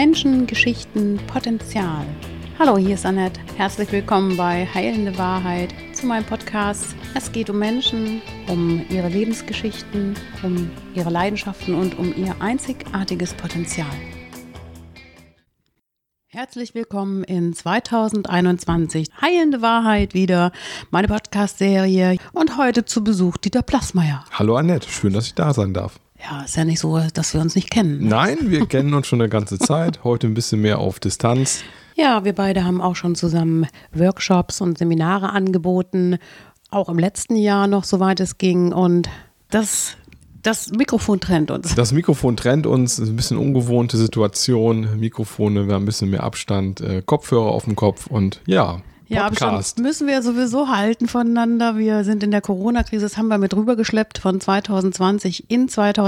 Menschen, Geschichten, Potenzial. Hallo, hier ist Annette. Herzlich willkommen bei Heilende Wahrheit zu meinem Podcast. Es geht um Menschen, um ihre Lebensgeschichten, um ihre Leidenschaften und um ihr einzigartiges Potenzial. Herzlich willkommen in 2021. Heilende Wahrheit wieder, meine Podcast-Serie. Und heute zu Besuch Dieter Plassmeier. Hallo Annette, schön, dass ich da sein darf. Ja, ist ja nicht so, dass wir uns nicht kennen. Nein, wir kennen uns schon eine ganze Zeit. Heute ein bisschen mehr auf Distanz. Ja, wir beide haben auch schon zusammen Workshops und Seminare angeboten. Auch im letzten Jahr noch, soweit es ging. Und das Mikrofon trennt uns. Das Mikrofon trennt uns, ist ein bisschen ungewohnte Situation. Mikrofone, wir haben ein bisschen mehr Abstand, Kopfhörer auf dem Kopf und ja, Podcast. Ja, Abstand müssen wir sowieso halten voneinander. Wir sind in der Corona-Krise, das haben wir mit rübergeschleppt von 2020 in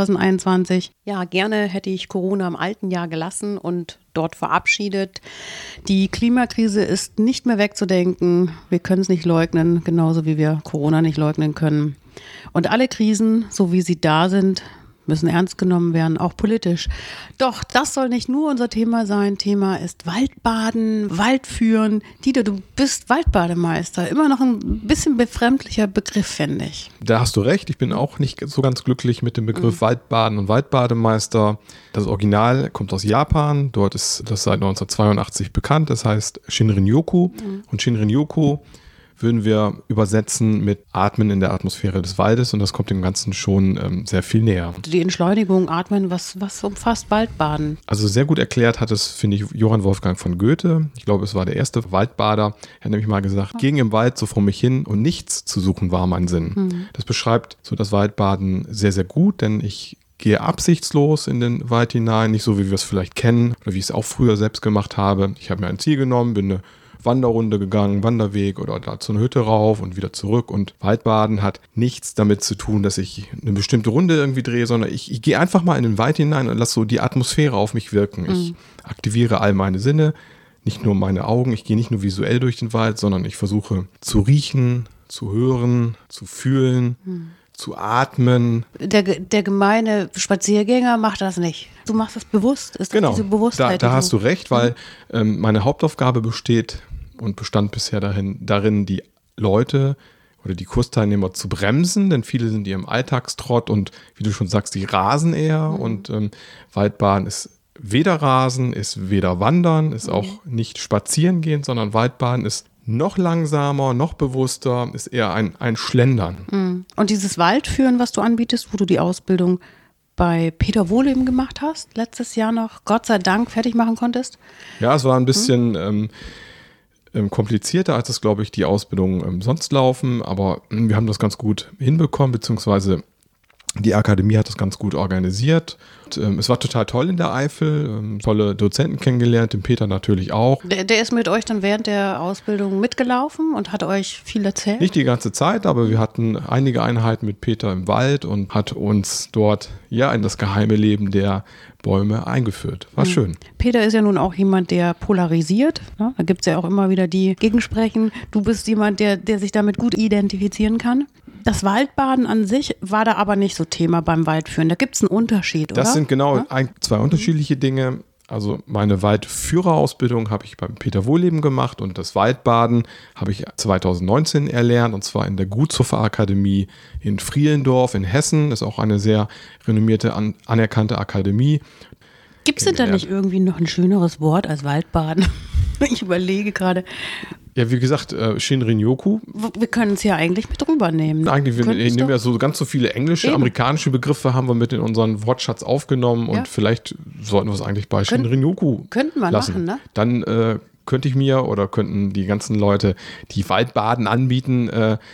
2021. Ja, gerne hätte ich Corona im alten Jahr gelassen und dort verabschiedet. Die Klimakrise ist nicht mehr wegzudenken. Wir können es nicht leugnen, genauso wie wir Corona nicht leugnen können. Und alle Krisen, so wie sie da sind, müssen ernst genommen werden, auch politisch. Doch das soll nicht nur unser Thema sein. Thema ist Waldbaden, Waldführen. Dieter, du bist Waldbademeister. Immer noch ein bisschen befremdlicher Begriff, finde ich. Da hast du recht. Ich bin auch nicht so ganz glücklich mit dem Begriff Waldbaden und Waldbademeister. Das Original kommt aus Japan. Dort ist das seit 1982 bekannt. Das heißt Shinrin-yoku. Und Shinrin-yoku würden wir übersetzen mit Atmen in der Atmosphäre des Waldes und das kommt dem Ganzen schon sehr viel näher. Die Entschleunigung, Atmen, was umfasst Waldbaden? Also sehr gut erklärt hat es, finde ich, Johann Wolfgang von Goethe. Ich glaube, es war der erste Waldbader. Er hat nämlich mal gesagt, ging im Wald so vor mich hin und nichts zu suchen war mein Sinn. Das beschreibt so das Waldbaden sehr, sehr gut, denn ich gehe absichtslos in den Wald hinein, nicht so, wie wir es vielleicht kennen oder wie ich es auch früher selbst gemacht habe. Ich habe mir ein Ziel genommen, bin eine Wanderrunde gegangen, Wanderweg oder da zu einer Hütte rauf und wieder zurück. Und Waldbaden hat nichts damit zu tun, dass ich eine bestimmte Runde irgendwie drehe, sondern ich gehe einfach mal in den Wald hinein und lasse so die Atmosphäre auf mich wirken. Ich aktiviere all meine Sinne, nicht nur meine Augen. Ich gehe nicht nur visuell durch den Wald, sondern ich versuche zu riechen, zu hören, zu fühlen, zu atmen. Der gemeine Spaziergänger macht das nicht. Du machst das bewusst. Ist genau, diese Bewusstheit da hast du recht, weil meine Hauptaufgabe bestand bisher darin, die Leute oder die Kursteilnehmer zu bremsen, denn viele sind hier im Alltagstrott und wie du schon sagst, die rasen eher und Waldbaden ist weder Rasen, ist weder Wandern, ist auch nicht spazieren gehen, sondern Waldbaden ist noch langsamer, noch bewusster, ist eher ein Schlendern. Und dieses Waldführen, was du anbietest, wo du die Ausbildung bei Peter Wohleben gemacht hast, letztes Jahr noch, Gott sei Dank, fertig machen konntest? Ja, es war ein bisschen komplizierter, als es, glaube ich, die Ausbildung sonst laufen, aber wir haben das ganz gut hinbekommen, beziehungsweise die Akademie hat das ganz gut organisiert. Und, es war total toll in der Eifel, tolle Dozenten kennengelernt, den Peter natürlich auch. Der ist mit euch dann während der Ausbildung mitgelaufen und hat euch viel erzählt? Nicht die ganze Zeit, aber wir hatten einige Einheiten mit Peter im Wald und hat uns dort in das geheime Leben der Bäume eingeführt. War schön. Peter ist ja nun auch jemand, der polarisiert. Ne? Da gibt es ja auch immer wieder die Gegensprechen. Du bist jemand, der sich damit gut identifizieren kann. Das Waldbaden an sich war da aber nicht so Thema beim Waldführen. Da gibt es einen Unterschied, oder? Das sind genau zwei unterschiedliche Dinge. Also meine Waldführerausbildung habe ich beim Peter Wohleben gemacht und das Waldbaden habe ich 2019 erlernt und zwar in der Gutshofer Akademie in Frielendorf in Hessen. Das ist auch eine sehr renommierte, anerkannte Akademie. Gibt es denn da nicht irgendwie noch ein schöneres Wort als Waldbaden? Ich überlege gerade. Ja, wie gesagt, Shinrin-yoku. Wir können es ja eigentlich mit rübernehmen. Eigentlich, wir nehmen ja so ganz so viele englische, amerikanische Begriffe haben wir mit in unseren Wortschatz aufgenommen und vielleicht sollten wir es eigentlich bei Shinrin-yoku könnten wir lassen. Machen, ne? Dann könnte ich mir oder könnten die ganzen Leute, die Waldbaden anbieten,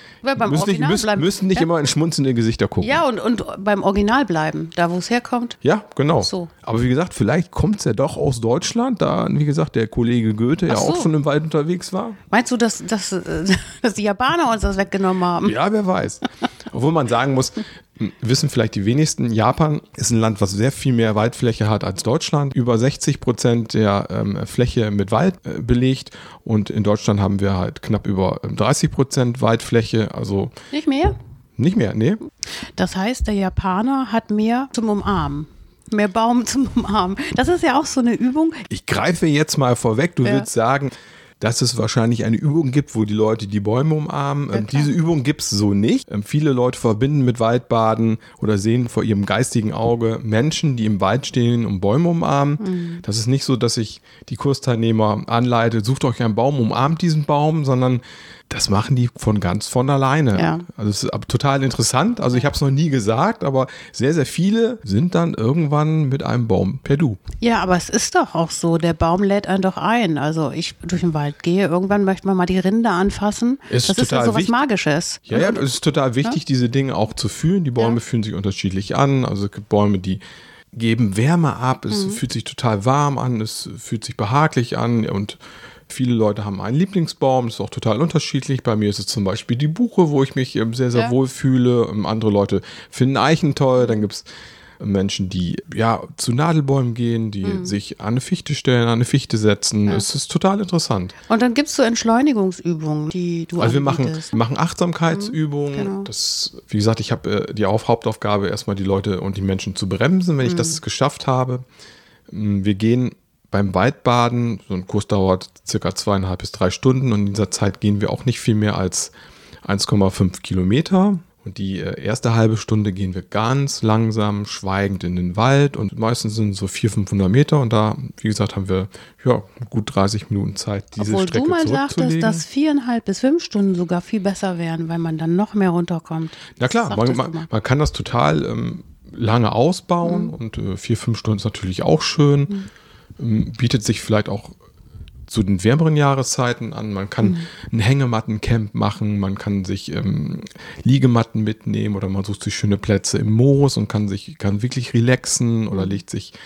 müssen nicht immer in schmunzelnde Gesichter gucken. Ja, und beim Original bleiben, da wo es herkommt. Ja, genau. So. Aber wie gesagt, vielleicht kommt es ja doch aus Deutschland, da, wie gesagt, der Kollege Goethe ja auch schon im Wald unterwegs war. Meinst du, dass die Japaner uns das weggenommen haben? Ja, wer weiß. Obwohl man sagen muss, wissen vielleicht die wenigsten, Japan ist ein Land, was sehr viel mehr Waldfläche hat als Deutschland. Über 60% der Fläche mit Wald belegt und in Deutschland haben wir halt knapp über 30% Waldfläche. Also nicht mehr? Nicht mehr, nee. Das heißt, der Japaner hat mehr zum Umarmen. Mehr Baum zum Umarmen. Das ist ja auch so eine Übung. Ich greife jetzt mal vorweg, du willst sagen, dass es wahrscheinlich eine Übung gibt, wo die Leute die Bäume umarmen. Ja, diese Übung gibt es so nicht. Viele Leute verbinden mit Waldbaden oder sehen vor ihrem geistigen Auge Menschen, die im Wald stehen und Bäume umarmen. Das ist nicht so, dass ich die Kursteilnehmer anleite, sucht euch einen Baum, umarmt diesen Baum, sondern das machen die von alleine. Ja. Also es ist total interessant. Also ich habe es noch nie gesagt, aber sehr, sehr viele sind dann irgendwann mit einem Baum per Du. Ja, aber es ist doch auch so, der Baum lädt einen doch ein. Also ich durch den Wald gehe, irgendwann möchte man mal die Rinde anfassen. Das ist ja so was Magisches. Ja, es ist total wichtig, diese Dinge auch zu fühlen. Die Bäume fühlen sich unterschiedlich an. Also es gibt Bäume, die geben Wärme ab. Es fühlt sich total warm an. Es fühlt sich behaglich an und viele Leute haben einen Lieblingsbaum, das ist auch total unterschiedlich. Bei mir ist es zum Beispiel die Buche, wo ich mich sehr, sehr wohl fühle. Andere Leute finden Eichen toll. Dann gibt es Menschen, die zu Nadelbäumen gehen, die sich an eine Fichte stellen, an eine Fichte setzen. Es ist total interessant. Und dann gibt es so Entschleunigungsübungen, die du anbietest. Wir machen Achtsamkeitsübungen. Genau. Das, wie gesagt, ich habe die Hauptaufgabe, erstmal die Leute und die Menschen zu bremsen, wenn ich das geschafft habe. Wir gehen beim Waldbaden, so ein Kurs dauert circa 2,5 bis 3 Stunden und in dieser Zeit gehen wir auch nicht viel mehr als 1,5 Kilometer. Und die erste halbe Stunde gehen wir ganz langsam, schweigend in den Wald und meistens sind es so 400-500 Meter und da, wie gesagt, haben wir gut 30 Minuten Zeit, diese Strecke zurückzulegen. Obwohl du mal sagtest, dass 4,5 bis 5 Stunden sogar viel besser wären, weil man dann noch mehr runterkommt. Na klar, man kann das total lange ausbauen und 4-5 Stunden ist natürlich auch schön. Bietet sich vielleicht auch zu den wärmeren Jahreszeiten an. Man kann ein Hängemattencamp machen, man kann sich Liegematten mitnehmen oder man sucht sich schöne Plätze im Moos und kann wirklich relaxen oder lehnt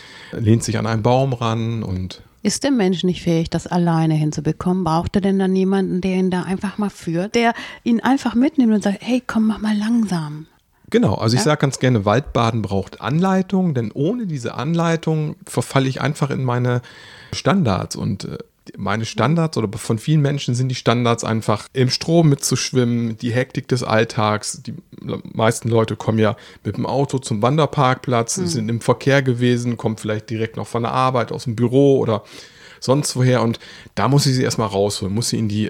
sich an einen Baum ran. Und ist der Mensch nicht fähig, das alleine hinzubekommen? Braucht er denn dann jemanden, der ihn da einfach mal führt, der ihn einfach mitnimmt und sagt, hey, komm, mach mal langsam? Genau, also ich sage ganz gerne, Waldbaden braucht Anleitung, denn ohne diese Anleitung verfalle ich einfach in meine Standards und meine Standards oder von vielen Menschen sind die Standards einfach im Strom mitzuschwimmen, die Hektik des Alltags. Die meisten Leute kommen ja mit dem Auto zum Wanderparkplatz, sind im Verkehr gewesen, kommen vielleicht direkt noch von der Arbeit, aus dem Büro oder sonst woher und da muss ich sie erstmal rausholen, muss sie in die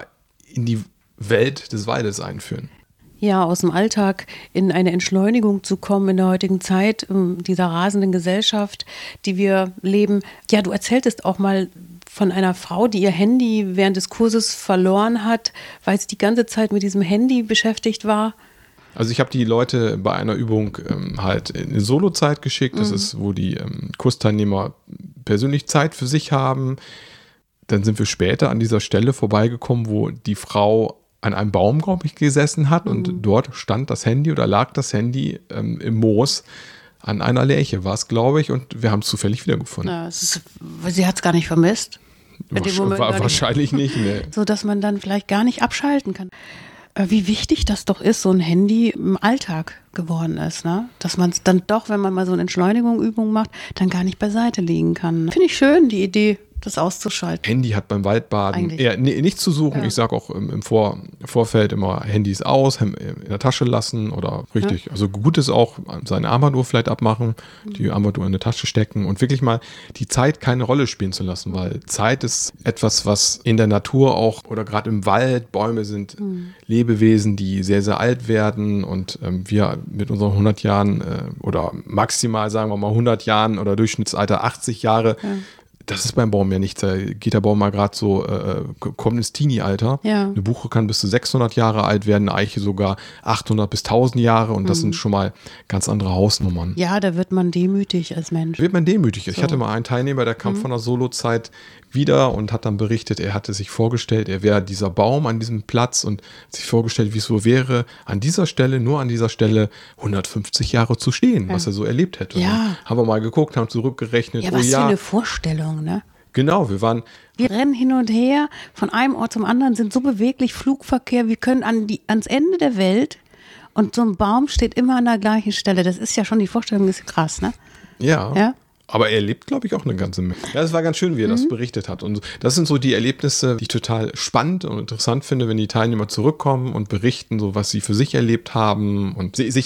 Welt des Waldes einführen. Ja, aus dem Alltag in eine Entschleunigung zu kommen in der heutigen Zeit, dieser rasenden Gesellschaft, die wir leben. Ja, du erzähltest auch mal von einer Frau, die ihr Handy während des Kurses verloren hat, weil sie die ganze Zeit mit diesem Handy beschäftigt war. Also ich habe die Leute bei einer Übung halt in eine Solozeit geschickt. Das ist, wo die Kursteilnehmer persönlich Zeit für sich haben. Dann sind wir später an dieser Stelle vorbeigekommen, wo die Frau an einem Baum, glaube ich, gesessen hat und dort stand das Handy oder lag das Handy im Moos an einer Lärche, war es, glaube ich, und wir haben es zufällig wiedergefunden. Ja, sie hat es gar nicht vermisst. Wahrscheinlich nicht, ne. So, dass man dann vielleicht gar nicht abschalten kann. Wie wichtig das doch ist, so ein Handy im Alltag geworden ist, ne? Dass man es dann doch, wenn man mal so eine Entschleunigungsübung macht, dann gar nicht beiseite legen kann. Finde ich schön, die Idee, das auszuschalten. Handy hat beim Waldbaden eher nichts zu suchen. Ja. Ich sage auch im Vorfeld immer Handys aus, in der Tasche lassen oder richtig. Ja. Also gut ist auch seine Armbanduhr vielleicht abmachen, die Armbanduhr in eine Tasche stecken und wirklich mal die Zeit keine Rolle spielen zu lassen, weil Zeit ist etwas, was in der Natur auch oder gerade im Wald, Bäume sind Lebewesen, die sehr, sehr alt werden und wir mit unseren 100 Jahren oder maximal sagen wir mal 100 Jahren oder Durchschnittsalter 80 Jahre, das ist beim Baum ja nichts. Da geht der Baum mal gerade so, kommt ins Teenie-Alter. Ja. Eine Buche kann bis zu 600 Jahre alt werden, eine Eiche sogar 800 bis 1000 Jahre und das sind schon mal ganz andere Hausnummern. Ja, da wird man demütig als Mensch. Wird man demütig. So. Ich hatte mal einen Teilnehmer, der kam von der Solozeit wieder und hat dann berichtet, er hatte sich vorgestellt, er wäre dieser Baum an diesem Platz und sich vorgestellt, wie es so wäre, nur an dieser Stelle 150 Jahre zu stehen, was er so erlebt hätte. Ja. Haben wir mal geguckt, haben zurückgerechnet. Ja, was für eine Vorstellung, ne? Genau, wir rennen hin und her, von einem Ort zum anderen, sind so beweglich, Flugverkehr, wir können ans Ende der Welt und so ein Baum steht immer an der gleichen Stelle. Das ist ja schon, die Vorstellung ist krass, ne? Ja. Aber er lebt, glaube ich, auch eine ganze Menge. Ja, es war ganz schön, wie er das berichtet hat. Und das sind so die Erlebnisse, die ich total spannend und interessant finde, wenn die Teilnehmer zurückkommen und berichten, so was sie für sich erlebt haben und sich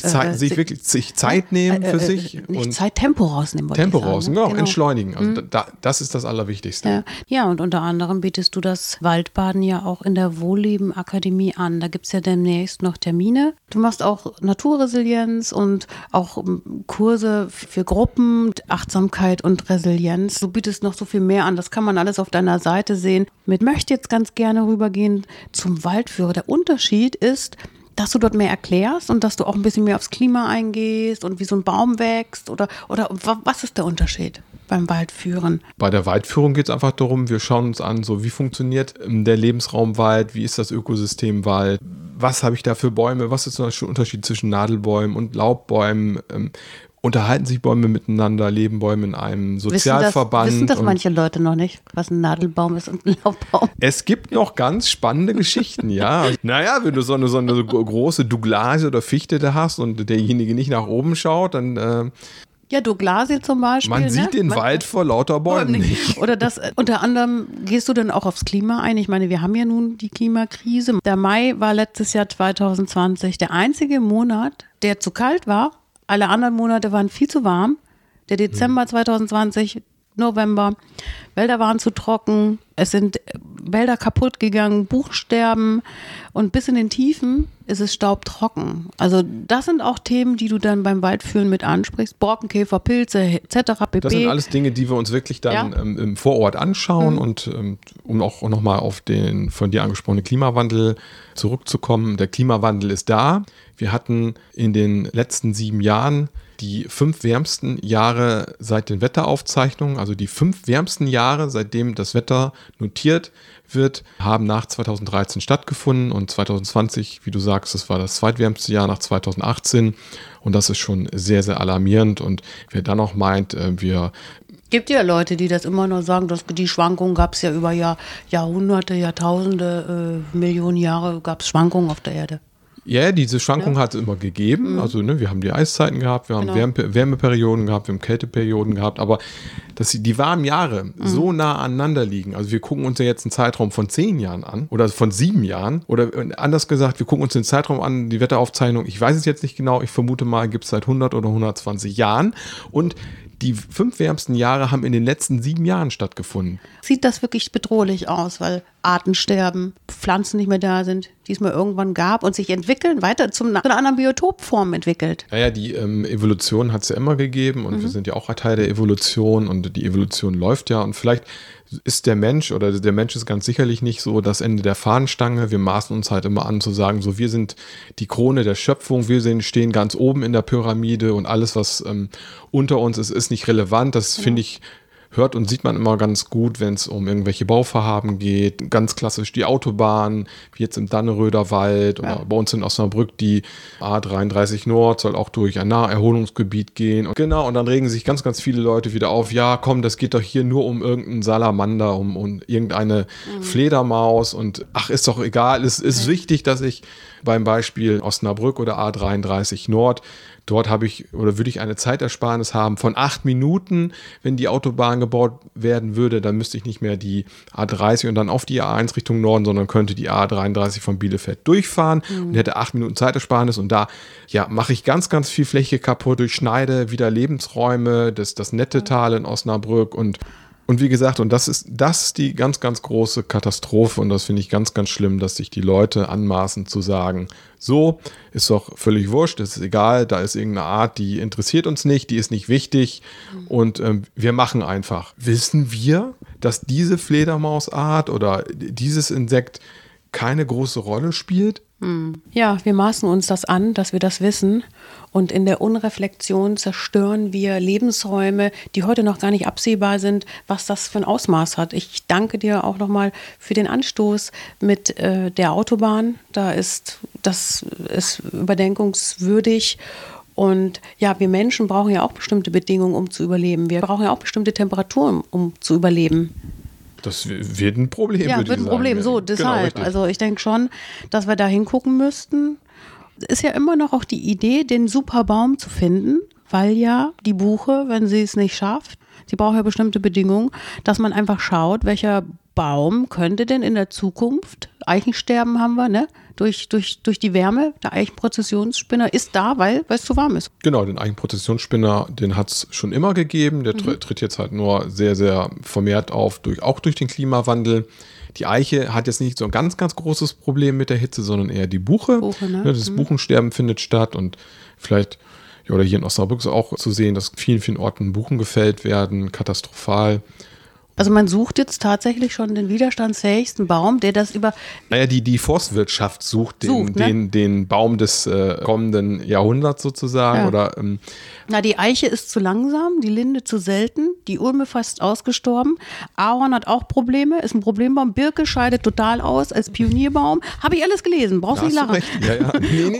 Zeit nehmen für sich. Nicht Zeit, Tempo rausnehmen. Tempo rausnehmen, genau, entschleunigen. Also das ist das Allerwichtigste. Ja, und unter anderem bietest du das Waldbaden ja auch in der Wohlleben-Akademie an. Da gibt es ja demnächst noch Termine. Du machst auch Naturresilienz und auch Kurse für Gruppen, Achtsamkeit und Resilienz. Du bietest noch so viel mehr an. Das kann man alles auf deiner Seite sehen. Ich möchte jetzt ganz gerne rübergehen zum Waldführer. Der Unterschied ist, dass du dort mehr erklärst und dass du auch ein bisschen mehr aufs Klima eingehst und wie so ein Baum wächst oder was ist der Unterschied beim Waldführen? Bei der Waldführung geht es einfach darum, wir schauen uns an, so wie funktioniert der Lebensraum Wald, wie ist das Ökosystem Wald, was habe ich da für Bäume, was ist der Unterschied zwischen Nadelbäumen und Laubbäumen, unterhalten sich Bäume miteinander, leben Bäume in einem Sozialverband. Wissen das manche Leute noch nicht, was ein Nadelbaum ist und ein Laubbaum? Es gibt noch ganz spannende Geschichten, ja. Naja, wenn du so eine große Douglasie oder Fichte da hast und derjenige nicht nach oben schaut, dann ja, Douglasie zum Beispiel. Man sieht den Wald vor lauter Bäumen nicht. Oder das, unter anderem gehst du dann auch aufs Klima ein. Ich meine, wir haben ja nun die Klimakrise. Der Mai war letztes Jahr 2020 der einzige Monat, der zu kalt war. Alle anderen Monate waren viel zu warm. Der Dezember 2020, November, Wälder waren zu trocken. Es sind Wälder kaputt gegangen, Buchsterben und bis in den Tiefen ist es staubtrocken. Also das sind auch Themen, die du dann beim Waldführen mit ansprichst. Borkenkäfer, Pilze etc. pp. Das sind alles Dinge, die wir uns wirklich dann im Vorort anschauen und um auch nochmal auf den von dir angesprochenen Klimawandel zurückzukommen. Der Klimawandel ist da. Wir hatten in den letzten 7 Jahren die 5 wärmsten Jahre seit den Wetteraufzeichnungen, also die 5 wärmsten Jahre, seitdem das Wetter notiert wird, haben nach 2013 stattgefunden und 2020, wie du sagst, das war das zweitwärmste Jahr nach 2018 und das ist schon sehr, sehr alarmierend und wer dann noch meint, Gibt ja Leute, die das immer noch sagen, dass die Schwankungen gab es ja über Jahrhunderte, Jahrtausende, Millionen Jahre gab es Schwankungen auf der Erde. Ja, diese Schwankung hat es immer gegeben. Also wir haben die Eiszeiten gehabt, wir haben Wärmeperioden gehabt, wir haben Kälteperioden gehabt, aber dass die warmen Jahre so nah aneinander liegen, also wir gucken uns ja jetzt einen Zeitraum von 10 Jahren an oder von 7 Jahren oder anders gesagt, wir gucken uns den Zeitraum an, die Wetteraufzeichnung, ich weiß es jetzt nicht genau, ich vermute mal, gibt es seit 100 oder 120 Jahren und die 5 wärmsten Jahre haben in den letzten 7 Jahren stattgefunden. Sieht das wirklich bedrohlich aus, weil Arten sterben, Pflanzen nicht mehr da sind, die es mal irgendwann gab und sich entwickeln, weiter zu einer anderen Biotopform entwickelt. Naja, die Evolution hat es ja immer gegeben und wir sind ja auch ein Teil der Evolution und die Evolution läuft ja und vielleicht ist der Mensch ist ganz sicherlich nicht so das Ende der Fahnenstange. Wir maßen uns halt immer an zu sagen, so wir sind die Krone der Schöpfung, wir stehen ganz oben in der Pyramide und alles, was unter uns ist nicht relevant. Das finde ich, hört und sieht man immer ganz gut, wenn es um irgendwelche Bauvorhaben geht. Ganz klassisch die Autobahn, wie jetzt im Danneröder Wald oder bei uns in Osnabrück die A33 Nord soll auch durch ein Naherholungsgebiet gehen. Und genau, und dann regen sich ganz, ganz viele Leute wieder auf, ja komm, das geht doch hier nur um irgendeinen Salamander, um irgendeine Fledermaus und ach, ist doch egal. Es ist wichtig, dass ich beim Beispiel Osnabrück oder A33 Nord, dort würde ich eine Zeitersparnis haben von 8 Minuten. Wenn die Autobahn gebaut werden würde, dann müsste ich nicht mehr die A30 und dann auf die A1 Richtung Norden, sondern könnte die A33 von Bielefeld durchfahren und hätte 8 Minuten Zeitersparnis. Und da mache ich ganz, ganz viel Fläche kaputt, durchschneide wieder Lebensräume, das Nettetal in Osnabrück und wie gesagt, und das ist die ganz, ganz große Katastrophe und das finde ich ganz, ganz schlimm, dass sich die Leute anmaßen zu sagen, so, ist doch völlig wurscht, ist egal, da ist irgendeine Art, die interessiert uns nicht, die ist nicht wichtig und wir machen einfach. Wissen wir, dass diese Fledermausart oder dieses Insekt keine große Rolle spielt? Ja, wir maßen uns das an, dass wir das wissen und in der Unreflexion zerstören wir Lebensräume, die heute noch gar nicht absehbar sind, was das für ein Ausmaß hat. Ich danke dir auch nochmal für den Anstoß mit der Autobahn. Das ist überdenkungswürdig. Und ja, wir Menschen brauchen ja auch bestimmte Bedingungen, um zu überleben. Wir brauchen ja auch bestimmte Temperaturen, um zu überleben. Das wird ein Problem. Ja, wird ein Problem, so deshalb. Genau, also ich denke schon, dass wir da hingucken müssten. Ist ja immer noch auch die Idee, den Superbaum zu finden, weil ja die Buche, wenn sie es nicht schafft, sie braucht ja bestimmte Bedingungen, dass man einfach schaut, welcher Baum könnte denn in der Zukunft, Eichensterben haben wir, ne? Durch die Wärme, der Eichenprozessionsspinner ist da, weil es zu warm ist. Genau, den Eichenprozessionsspinner, den hat es schon immer gegeben. Der tritt jetzt halt nur sehr, sehr vermehrt auf, auch durch den Klimawandel. Die Eiche hat jetzt nicht so ein ganz, ganz großes Problem mit der Hitze, sondern eher die Buche. Ne? Das Buchensterben findet statt und vielleicht, ja, oder hier in Osnabrück ist auch zu sehen, dass vielen, vielen Orten Buchen gefällt werden, katastrophal. Also man sucht jetzt tatsächlich schon den widerstandsfähigsten Baum, der das über... Naja, die Forstwirtschaft sucht den Baum des kommenden Jahrhunderts sozusagen. Ja. Oder, die Eiche ist zu langsam, die Linde zu selten, die Ulme fast ausgestorben. Ahorn hat auch Probleme, ist ein Problembaum. Birke scheidet total aus als Pionierbaum. Habe ich alles gelesen, brauchst nicht lachen. Recht. Ja. Nee.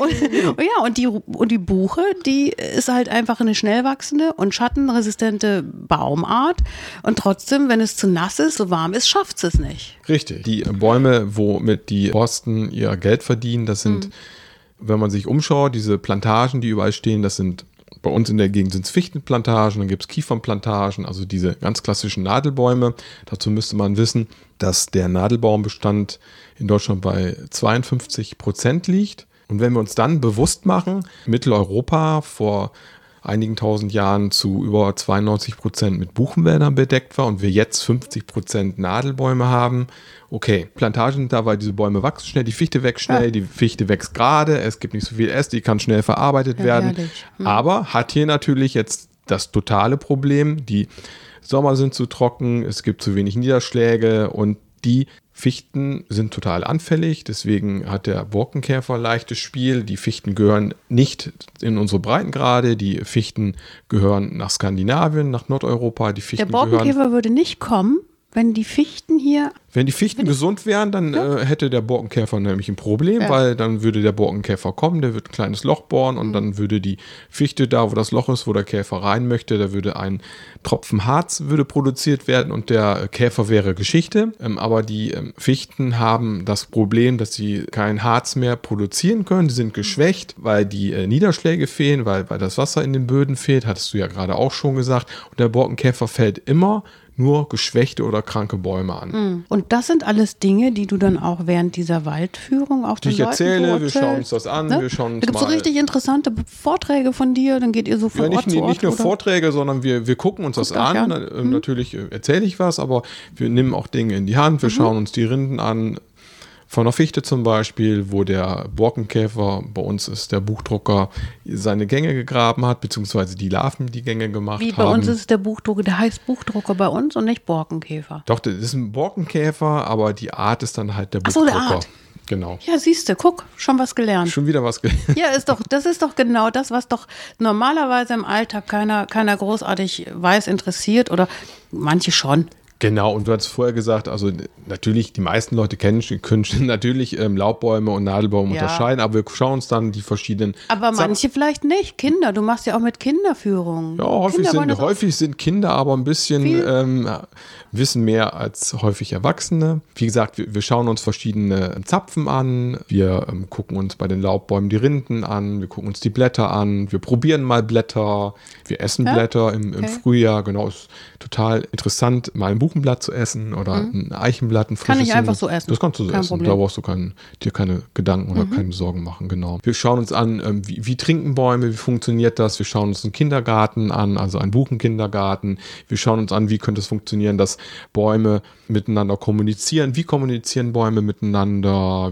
Und die Buche, die ist halt einfach eine schnell wachsende und schattenresistente Baumart. Und trotzdem, wenn es zu nass ist, so warm ist, schafft es nicht. Richtig. Die Bäume, womit die Forsten ihr Geld verdienen, das sind, wenn man sich umschaut, diese Plantagen, die überall stehen, das sind, bei uns in der Gegend sind es Fichtenplantagen, dann gibt es Kiefernplantagen, also diese ganz klassischen Nadelbäume. Dazu müsste man wissen, dass der Nadelbaumbestand in Deutschland bei 52% liegt. Und wenn wir uns dann bewusst machen, Mitteleuropa vor einigen tausend Jahren zu über 92% mit Buchenwäldern bedeckt war und wir jetzt 50% Nadelbäume haben. Okay, Plantagen sind da, weil diese Bäume wachsen schnell, die Fichte wächst schnell, die Fichte wächst gerade, es gibt nicht so viel Äste, die kann schnell verarbeitet werden. Aber hat hier natürlich jetzt das totale Problem, die Sommer sind zu trocken, es gibt zu wenig Niederschläge und die Fichten sind total anfällig, deswegen hat der Borkenkäfer leichtes Spiel. Die Fichten gehören nicht in unsere Breitengrade, die Fichten gehören nach Skandinavien, nach Nordeuropa. Die Fichten der Borkenkäfer würde nicht kommen, wenn die Fichten hier... Wenn die Fichten gesund wären, dann hätte der Borkenkäfer nämlich ein Problem, weil dann würde der Borkenkäfer kommen, der würde ein kleines Loch bohren und dann würde die Fichte da, wo das Loch ist, wo der Käfer rein möchte, da würde ein Tropfen Harz würde produziert werden und der Käfer wäre Geschichte. Aber die Fichten haben das Problem, dass sie kein Harz mehr produzieren können. Die sind geschwächt, weil die Niederschläge fehlen, weil das Wasser in den Böden fehlt, hattest du ja gerade auch schon gesagt. Und der Borkenkäfer fällt immer nur geschwächte oder kranke Bäume an. Und das sind alles Dinge, die du dann auch während dieser Waldführung auch den Leuten erzähle, wir schauen uns das an, wir schauen uns da gibt es so richtig interessante Vorträge von dir, dann geht ihr so von Ort zu Ort. Nicht nur Vorträge, sondern wir gucken uns das an. Ja. Natürlich erzähle ich was, aber wir nehmen auch Dinge in die Hand, wir schauen uns die Rinden an. Von der Fichte zum Beispiel, wo der Borkenkäfer, bei uns ist der Buchdrucker, seine Gänge gegraben hat, beziehungsweise die Larven die Gänge gemacht haben. Wie, bei uns ist es der Buchdrucker, der heißt Buchdrucker bei uns und nicht Borkenkäfer. Doch, das ist ein Borkenkäfer, aber die Art ist dann halt der Buchdrucker. Ach so, der Art. Genau. Ja, siehst du, guck, schon was gelernt. Schon wieder was gelernt. Ja, das ist doch genau das, was doch normalerweise im Alltag keiner großartig weiß, interessiert oder manche schon. Genau, und du hast vorher gesagt, also natürlich, die meisten Leute können natürlich Laubbäume und Nadelbäume unterscheiden, aber wir schauen uns dann die verschiedenen... Aber manche vielleicht nicht, Kinder, du machst ja auch mit Kinderführungen. Ja, häufig sind Kinder aber ein bisschen wissen mehr als häufig Erwachsene. Wie gesagt, wir schauen uns verschiedene Zapfen an, wir gucken uns bei den Laubbäumen die Rinden an, wir gucken uns die Blätter an, wir probieren mal Blätter, wir essen Blätter im Frühjahr, genau, ist total interessant, mal ein Buchenblatt zu essen oder ein Eichenblatt, ein frisches. Kann ich einfach so essen. Das kannst du so essen, Problem. Da brauchst du dir keine Gedanken oder keine Sorgen machen, genau. Wir schauen uns an, wie trinken Bäume, wie funktioniert das, wir schauen uns einen Kindergarten an, also einen Buchenkindergarten, wir schauen uns an, wie könnte es funktionieren, dass Bäume miteinander kommunizieren, wie kommunizieren Bäume miteinander,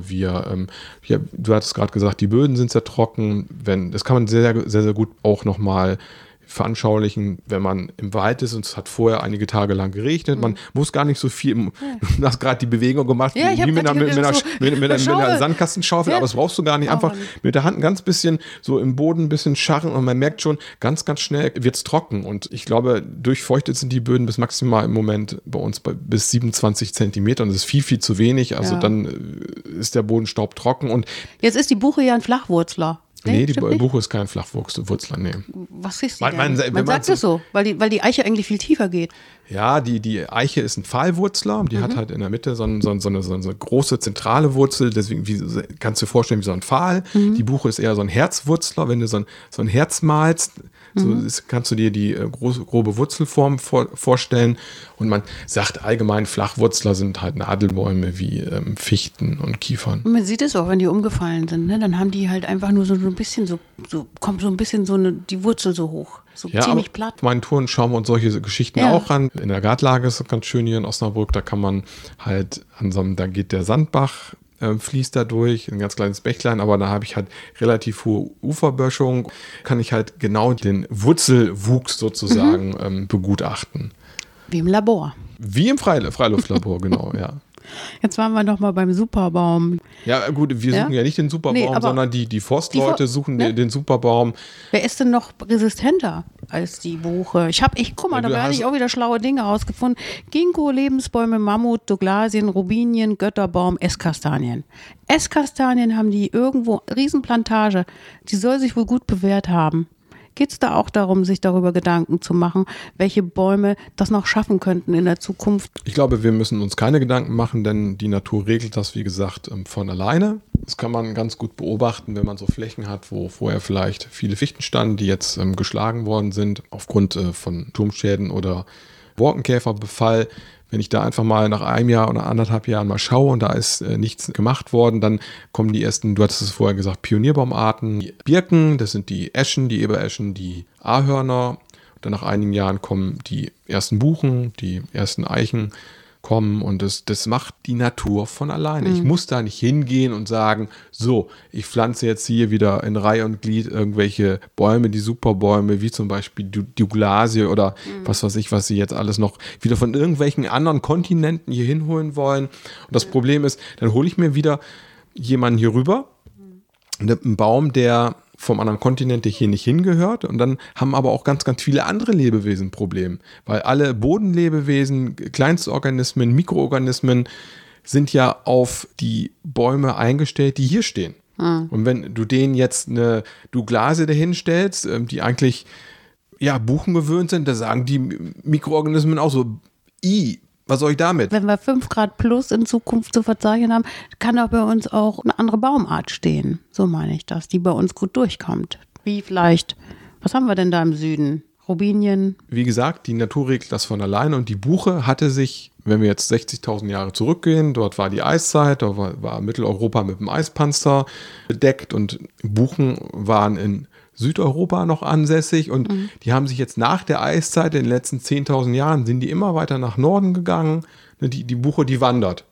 du hattest gerade gesagt, die Böden sind sehr trocken, das kann man sehr, sehr, sehr gut auch nochmal veranschaulichen, wenn man im Wald ist und es hat vorher einige Tage lang geregnet. Man muss gar nicht so viel, du hast gerade die Bewegung gemacht, wie mit einer Sandkastenschaufel, aber das brauchst du gar nicht. Einfach mit der Hand ein ganz bisschen so im Boden ein bisschen scharren und man merkt schon, ganz, ganz schnell wird es trocken. Und ich glaube, durchfeuchtet sind die Böden bis maximal im Moment bei uns bis 27 Zentimeter und das ist viel, viel zu wenig. Also dann ist der Boden staubtrocken. Und jetzt ist die Buche ja ein Flachwurzler. Nee, die Buche ist kein Flachwurzler, nee. Was ist die denn? Man sagt es so, weil die Eiche eigentlich viel tiefer geht. Ja, die Eiche ist ein Pfahlwurzler, die hat halt in der Mitte so eine große zentrale Wurzel, deswegen kannst du dir vorstellen wie so ein Pfahl. Die Buche ist eher so ein Herzwurzler, wenn du so ein Herz malst, So kannst du dir die grobe Wurzelform vorstellen. Und man sagt allgemein, Flachwurzler sind halt Nadelbäume wie Fichten und Kiefern. Und man sieht es auch, wenn die umgefallen sind, ne? Dann haben die halt einfach nur so ein bisschen kommt so ein bisschen die Wurzel so hoch. So ziemlich platt. Auf meinen Touren schauen wir uns solche Geschichten auch an. In der Gartlage ist es ganz schön hier in Osnabrück, da kann man halt da geht der Sandbach, fließt da durch, ein ganz kleines Bächlein, aber da habe ich halt relativ hohe Uferböschung, kann ich halt genau den Wurzelwuchs sozusagen begutachten. Wie im Labor. Wie im Freiluftlabor, genau, ja. Jetzt waren wir noch mal beim Superbaum. Ja gut, wir suchen ja nicht den Superbaum, sondern die Forstleute suchen den Superbaum. Wer ist denn noch resistenter als die Buche? Guck mal, da werde ich auch wieder schlaue Dinge rausgefunden. Ginkgo, Lebensbäume, Mammut, Douglasien, Robinien, Götterbaum, Esskastanien. Esskastanien haben die irgendwo, Riesenplantage, die soll sich wohl gut bewährt haben. Geht es da auch darum, sich darüber Gedanken zu machen, welche Bäume das noch schaffen könnten in der Zukunft? Ich glaube, wir müssen uns keine Gedanken machen, denn die Natur regelt das, wie gesagt, von alleine. Das kann man ganz gut beobachten, wenn man so Flächen hat, wo vorher vielleicht viele Fichten standen, die jetzt geschlagen worden sind aufgrund von Turmschäden oder Borkenkäferbefall. Wenn ich da einfach mal nach einem Jahr oder 1,5 Jahren mal schaue und da ist nichts gemacht worden, dann kommen die ersten, du hattest es vorher gesagt, Pionierbaumarten, die Birken, das sind die Eschen, die Ebereschen, die Ahörner. Und dann nach einigen Jahren kommen die ersten Buchen, die ersten Eichen kommen und das macht die Natur von alleine. Ich muss da nicht hingehen und sagen, so, ich pflanze jetzt hier wieder in Reihe und Glied irgendwelche Bäume, die Superbäume, wie zum Beispiel Douglasie oder was weiß ich, was sie jetzt alles noch wieder von irgendwelchen anderen Kontinenten hier hinholen wollen. Und das Problem ist, dann hole ich mir wieder jemanden hier rüber, einen Baum, der vom anderen Kontinent, der hier nicht hingehört. Und dann haben aber auch ganz, ganz viele andere Lebewesen ein Problem. Weil alle Bodenlebewesen, Kleinstorganismen, Mikroorganismen sind ja auf die Bäume eingestellt, die hier stehen. Und wenn du denen jetzt eine Douglasie dahinstellst, die eigentlich Buchen gewöhnt sind, da sagen die Mikroorganismen auch so, was soll ich damit? Wenn wir 5 Grad plus in Zukunft zu verzeichnen haben, kann doch bei uns auch eine andere Baumart stehen. So meine ich das, die bei uns gut durchkommt. Wie vielleicht, was haben wir denn da im Süden? Robinien? Wie gesagt, die Natur regelt das von alleine und die Buche hatte sich, wenn wir jetzt 60.000 Jahre zurückgehen, dort war die Eiszeit, da war Mitteleuropa mit dem Eispanzer bedeckt und Buchen waren in Südeuropa noch ansässig und die haben sich jetzt nach der Eiszeit, in den letzten 10.000 Jahren, sind die immer weiter nach Norden gegangen. Die Buche, die wandert.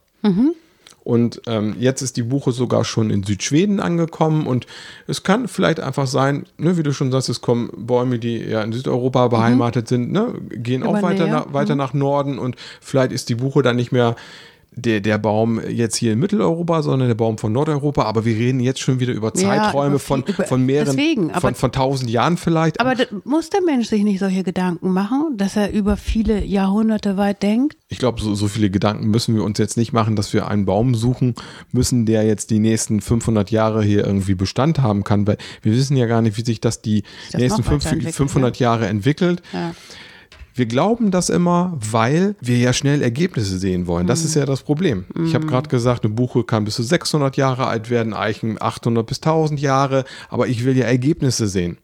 Und jetzt ist die Buche sogar schon in Südschweden angekommen und es kann vielleicht einfach sein, wie du schon sagst, es kommen Bäume, die ja in Südeuropa beheimatet sind, gehen auch weiter nach Norden und vielleicht ist die Buche dann nicht mehr der Baum jetzt hier in Mitteleuropa, sondern der Baum von Nordeuropa, aber wir reden jetzt schon wieder über Zeiträume von mehreren, von 1000 Jahren vielleicht. Aber muss der Mensch sich nicht solche Gedanken machen, dass er über viele Jahrhunderte weit denkt? Ich glaube, so viele Gedanken müssen wir uns jetzt nicht machen, dass wir einen Baum suchen müssen, der jetzt die nächsten 500 Jahre hier irgendwie Bestand haben kann, weil wir wissen ja gar nicht, wie sich das die nächsten 500 Jahre entwickelt. Ja. Wir glauben das immer, weil wir ja schnell Ergebnisse sehen wollen. Das ist ja das Problem. Ich habe gerade gesagt, eine Buche kann bis zu 600 Jahre alt werden, Eichen 800 bis 1000 Jahre, aber ich will ja Ergebnisse sehen.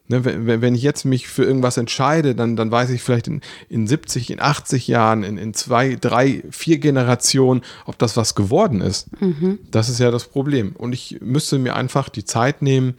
Wenn ich jetzt mich für irgendwas entscheide, dann weiß ich vielleicht in 70, in 80 Jahren, in 2, 3, 4 Generationen, ob das was geworden ist. Das ist ja das Problem. Und ich müsste mir einfach die Zeit nehmen,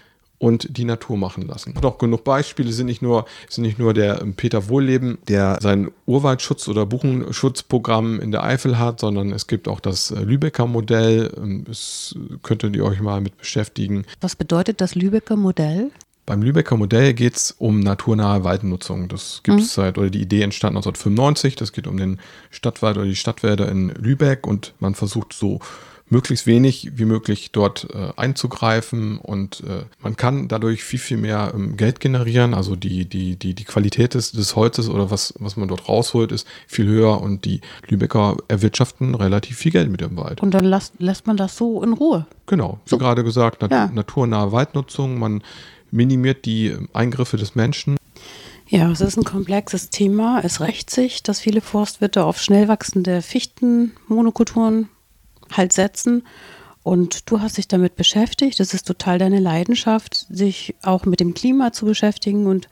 und die Natur machen lassen. Noch genug Beispiele, sind nicht nur der Peter Wohlleben, der sein Urwaldschutz- oder Buchenschutzprogramm in der Eifel hat, sondern es gibt auch das Lübecker Modell. Das könntet ihr euch mal mit beschäftigen. Was bedeutet das Lübecker Modell? Beim Lübecker Modell geht es um naturnahe Waldnutzung. Das gibt es die Idee entstand 1995. Das geht um den Stadtwald oder die Stadtwälder in Lübeck und man versucht so möglichst wenig wie möglich dort einzugreifen und man kann dadurch viel, viel mehr Geld generieren. Also die Qualität des Holzes oder was man dort rausholt, ist viel höher und die Lübecker erwirtschaften relativ viel Geld mit dem Wald. Und dann lässt man das so in Ruhe. Genau, wie gerade gesagt, naturnahe Waldnutzung, man minimiert die Eingriffe des Menschen. Ja, es ist ein komplexes Thema. Es rächt sich, dass viele Forstwirte auf schnell wachsende Fichtenmonokulturen halt setzen Und du hast dich damit beschäftigt. Das ist total deine Leidenschaft, sich auch mit dem Klima zu beschäftigen und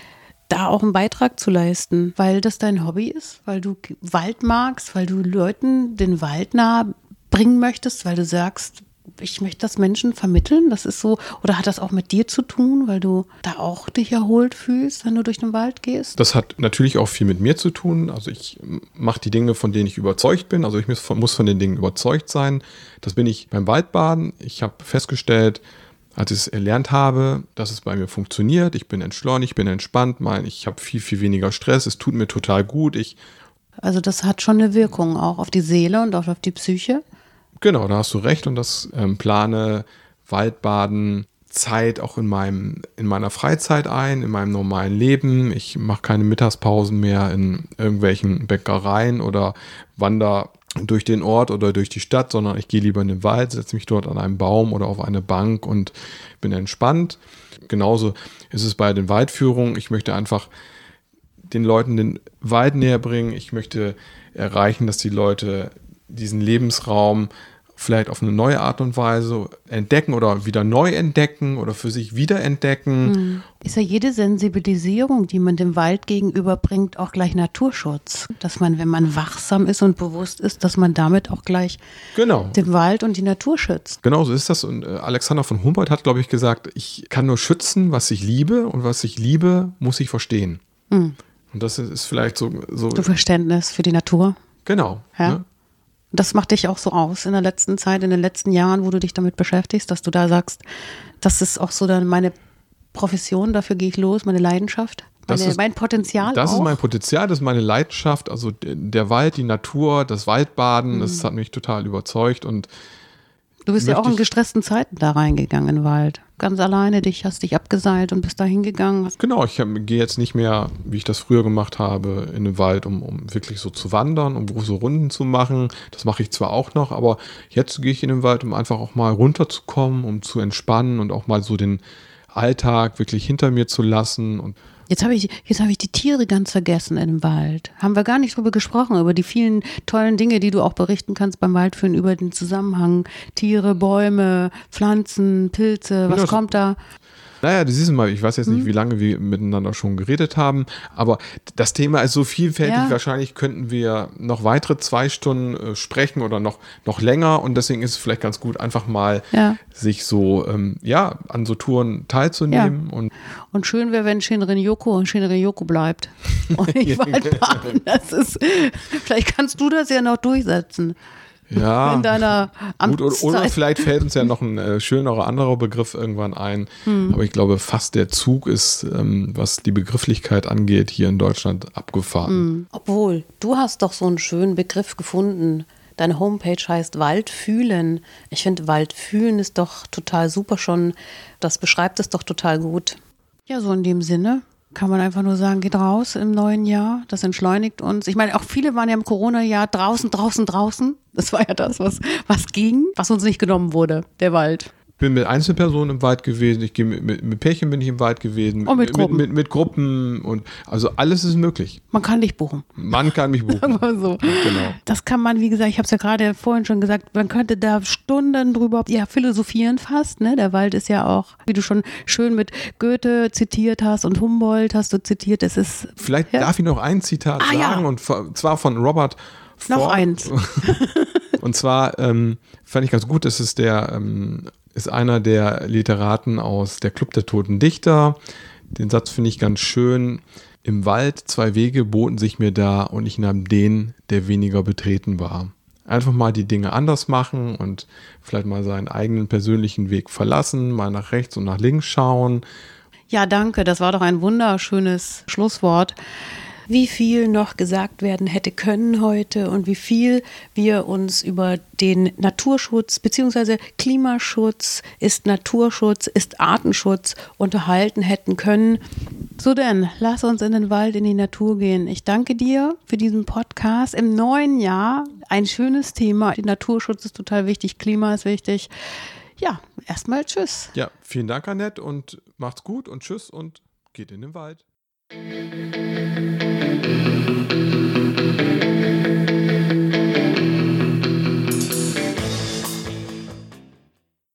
da auch einen Beitrag zu leisten, weil das dein Hobby ist, weil du Wald magst, weil du Leuten den Wald nahe bringen möchtest, weil du sagst, ich möchte das Menschen vermitteln. Das ist so, oder hat das auch mit dir zu tun, weil du da auch dich erholt fühlst, wenn du durch den Wald gehst? Das hat natürlich auch viel mit mir zu tun. Also ich mache die Dinge, von denen ich überzeugt bin. Also ich muss von den Dingen überzeugt sein. Das bin ich beim Waldbaden. Ich habe festgestellt, als ich es erlernt habe, dass es bei mir funktioniert. Ich bin entschleunigt, ich bin entspannt. Ich habe viel, viel weniger Stress. Es tut mir total gut. Also das hat schon eine Wirkung auch auf die Seele und auch auf die Psyche. Genau, da hast du recht. Und das plane Waldbaden Zeit auch in meiner Freizeit ein, in meinem normalen Leben. Ich mache keine Mittagspausen mehr in irgendwelchen Bäckereien oder wandere durch den Ort oder durch die Stadt, sondern ich gehe lieber in den Wald, setze mich dort an einen Baum oder auf eine Bank und bin entspannt. Genauso ist es bei den Waldführungen. Ich möchte einfach den Leuten den Wald näher bringen. Ich möchte erreichen, dass die Leute diesen Lebensraum vielleicht auf eine neue Art und Weise entdecken oder wieder neu entdecken oder für sich wiederentdecken. Ist ja jede Sensibilisierung, die man dem Wald gegenüberbringt, auch gleich Naturschutz. Dass man, wenn man wachsam ist und bewusst ist, dass man damit auch gleich den Wald und die Natur schützt. Genau so ist das. Und Alexander von Humboldt hat, glaube ich, gesagt, ich kann nur schützen, was ich liebe, und was ich liebe, muss ich verstehen. Und das ist vielleicht so Verständnis für die Natur. Genau. Ja. Ne? Das macht dich auch so aus in der letzten Zeit, in den letzten Jahren, wo du dich damit beschäftigst, dass du da sagst, das ist auch so dann meine Profession, dafür gehe ich los, meine Leidenschaft, mein Potenzial. Das ist mein Potenzial, das ist meine Leidenschaft. Also der Wald, die Natur, das Waldbaden, das hat mich total überzeugt. Und du bist ja auch in gestressten Zeiten da reingegangen in den Wald. Ganz alleine, hast dich abgeseilt und bist da hingegangen. Genau, ich gehe jetzt nicht mehr, wie ich das früher gemacht habe, in den Wald, um wirklich so zu wandern, um große Runden zu machen. Das mache ich zwar auch noch, aber jetzt gehe ich in den Wald, um einfach auch mal runterzukommen, um zu entspannen und auch mal so den Alltag wirklich hinter mir zu lassen. Und Jetzt habe ich die Tiere ganz vergessen in dem Wald. Haben wir gar nicht drüber gesprochen, über die vielen tollen Dinge, die du auch berichten kannst beim Waldführen, über den Zusammenhang. Tiere, Bäume, Pflanzen, Pilze, was kommt da? Naja, du siehst mal, ich weiß jetzt nicht, wie lange wir miteinander schon geredet haben, aber das Thema ist so vielfältig, wahrscheinlich könnten wir noch weitere 2 Stunden sprechen oder noch länger, und deswegen ist es vielleicht ganz gut, einfach mal sich so an so Touren teilzunehmen. Ja. Und schön wäre, wenn Shinrin-Yoku bleibt und nicht Waldbaden. Vielleicht kannst du das ja noch durchsetzen. Ja, in deiner Amtszeit. Oder vielleicht fällt uns ja noch ein schönerer anderer Begriff irgendwann ein. Aber ich glaube, fast der Zug ist, was die Begrifflichkeit angeht, hier in Deutschland abgefahren. Obwohl, du hast doch so einen schönen Begriff gefunden. Deine Homepage heißt Waldfühlen. Ich finde, Waldfühlen ist doch total super schon. Das beschreibt es doch total gut. Ja, so in dem Sinne kann man einfach nur sagen, geht raus im neuen Jahr. Das entschleunigt uns. Ich meine, auch viele waren ja im Corona-Jahr draußen. Das war ja das, was ging, was uns nicht genommen wurde, der Wald. Bin mit Einzelpersonen im Wald gewesen, ich gehe mit Pärchen bin ich im Wald gewesen. Und mit Gruppen. Mit Gruppen, und also alles ist möglich. Man kann dich buchen. Man kann mich buchen. Sagen wir so. Genau. Das kann man, wie gesagt, ich habe es ja gerade vorhin schon gesagt, man könnte da Stunden drüber philosophieren fast. Ne? Der Wald ist ja auch, wie du schon schön mit Goethe zitiert hast und Humboldt hast du zitiert. Es ist. Vielleicht darf ich noch ein Zitat sagen, und zwar von Robert Ford. Noch eins. Und zwar fand ich ganz gut, das ist ist einer der Literaten aus der Club der Toten Dichter. Den Satz finde ich ganz schön. Im Wald 2 Wege boten sich mir da, und ich nahm den, der weniger betreten war. Einfach mal die Dinge anders machen und vielleicht mal seinen eigenen persönlichen Weg verlassen, mal nach rechts und nach links schauen. Ja, danke. Das war doch ein wunderschönes Schlusswort. Wie viel noch gesagt werden hätte können heute und wie viel wir uns über den Naturschutz bzw. Klimaschutz, ist Naturschutz, ist Artenschutz unterhalten hätten können. So denn, lass uns in den Wald, in die Natur gehen. Ich danke dir für diesen Podcast. Im neuen Jahr ein schönes Thema. Naturschutz ist total wichtig, Klima ist wichtig. Ja, erstmal tschüss. Ja, vielen Dank, Annette, und macht's gut und tschüss und geht in den Wald.